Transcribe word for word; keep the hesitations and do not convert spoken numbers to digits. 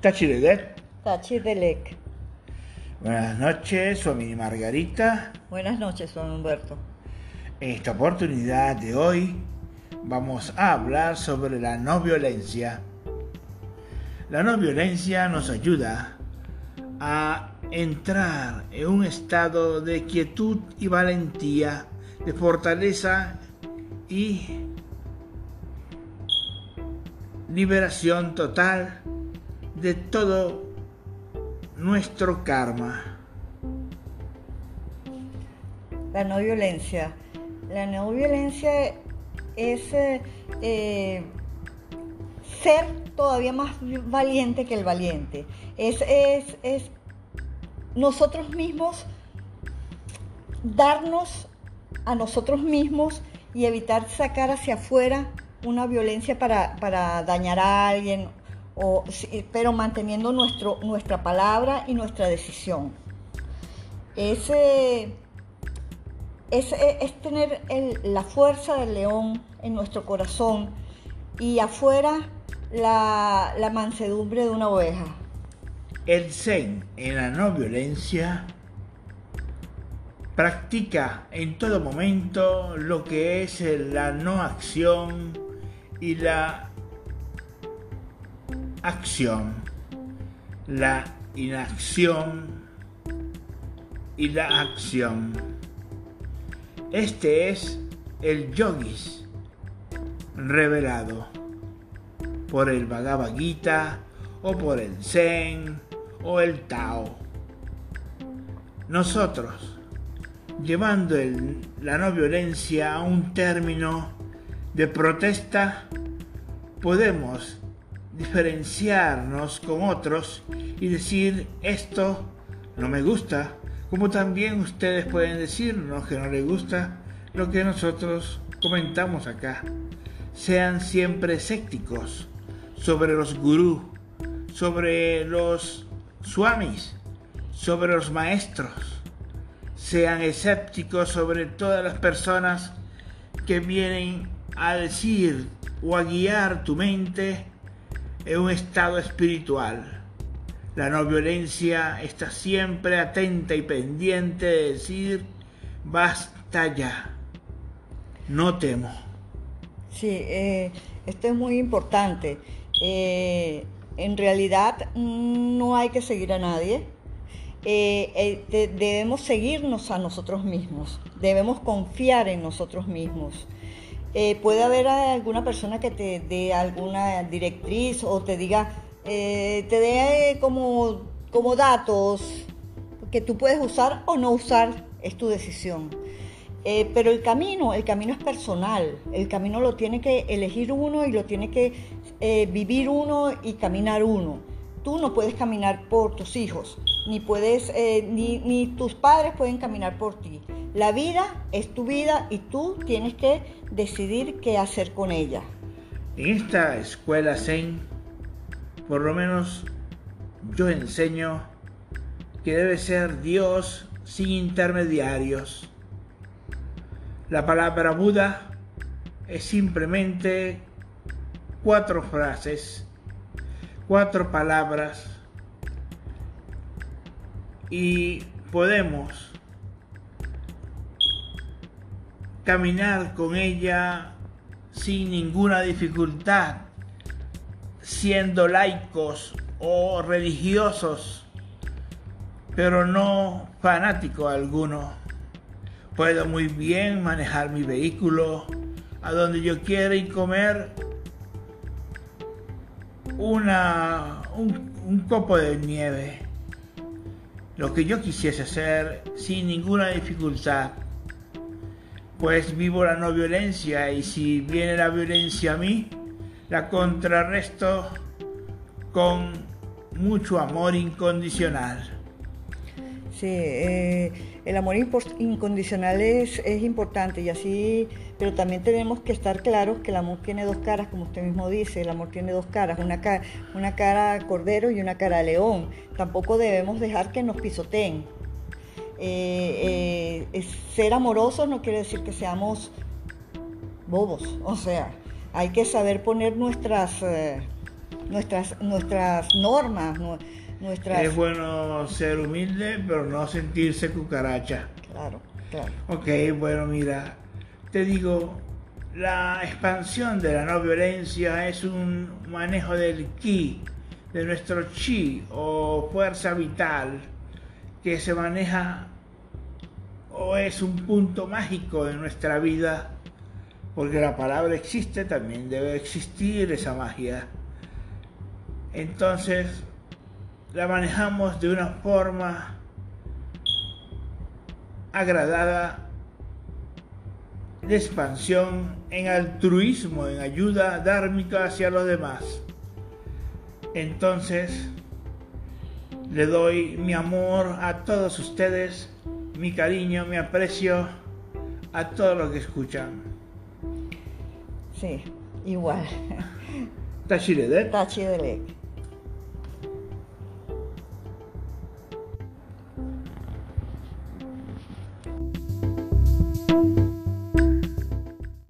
Tachiredet. Tachidelec. Buenas noches, soy mi Margarita. Buenas noches, don Humberto. En esta oportunidad de hoy vamos a hablar sobre la no violencia. La no violencia nos ayuda a entrar en un estado de quietud y valentía, de fortaleza y liberación total de todo nuestro karma. La no violencia. La no violencia es eh, eh, ser todavía más valiente que el valiente. Es, es, es nosotros mismos darnos a nosotros mismos y evitar sacar hacia afuera una violencia para, para dañar a alguien, o, pero manteniendo nuestro, nuestra palabra y nuestra decisión. Es, eh, es, es tener el, la fuerza del león en nuestro corazón y afuera la, la mansedumbre de una oveja. El Zen en la no violencia practica en todo momento lo que es la no acción y la acción, la inacción y la acción. Este es el yogis revelado por el Bhagavad Gita o por el Zen o el Tao. Nosotros, llevando el, la no violencia a un término de protesta, podemos diferenciarnos con otros y decir esto no me gusta, como también ustedes pueden decirnos que no les gusta lo que nosotros comentamos acá. Sean siempre escépticos sobre los gurús, sobre los swamis, sobre los maestros. Sean escépticos sobre todas las personas que vienen a decir o a guiar tu mente en un estado espiritual. La no violencia está siempre atenta y pendiente de decir basta ya, no temo. Sí, eh, esto es muy importante. Eh, en realidad no hay que seguir a nadie. Eh, eh, de, debemos seguirnos a nosotros mismos, debemos confiar en nosotros mismos. Eh, puede haber alguna persona que te dé alguna directriz o te diga, eh, te dé como, como datos que tú puedes usar o no usar, es tu decisión. Eh, pero el camino, el camino es personal, el camino lo tiene que elegir uno y lo tiene que eh, vivir uno y caminar uno. Tú no puedes caminar por tus hijos, ni puedes, eh, ni, ni tus padres pueden caminar por ti. La vida es tu vida y tú tienes que decidir qué hacer con ella. En esta escuela Zen, por lo menos yo enseño que debe ser Dios sin intermediarios. La palabra Buda es simplemente cuatro frases, cuatro palabras, y podemos caminar con ella sin ninguna dificultad, siendo laicos o religiosos, pero no fanático alguno. Puedo muy bien manejar mi vehículo a donde yo quiera y comer una, un, un copo de nieve, lo que yo quisiese hacer sin ninguna dificultad, pues vivo la no violencia y si viene la violencia a mí, la contrarresto con mucho amor incondicional. Sí, eh, el amor incondicional es, es importante y así, pero también tenemos que estar claros que el amor tiene dos caras, como usted mismo dice, el amor tiene dos caras, una, ca- una cara cordero y una cara león. Tampoco debemos dejar que nos pisoteen. Eh, eh, ser amorosos no quiere decir que seamos bobos, o sea, hay que saber poner nuestras, eh, nuestras, nuestras normas, nu- nuestras... Es bueno ser humilde, pero no sentirse cucaracha. Claro, claro. Ok, bueno, mira, te digo, la expansión de la no violencia es un manejo del ki, de nuestro chi o fuerza vital, que se maneja o es un punto mágico en nuestra vida, porque la palabra existe, también debe existir esa magia. Entonces, la manejamos de una forma agradada, de expansión, en altruismo, en ayuda dármica hacia los demás. Entonces, le doy mi amor a todos ustedes, mi cariño, mi aprecio a todos los que escuchan. Sí, igual. Tachiredet. Tachi de ley.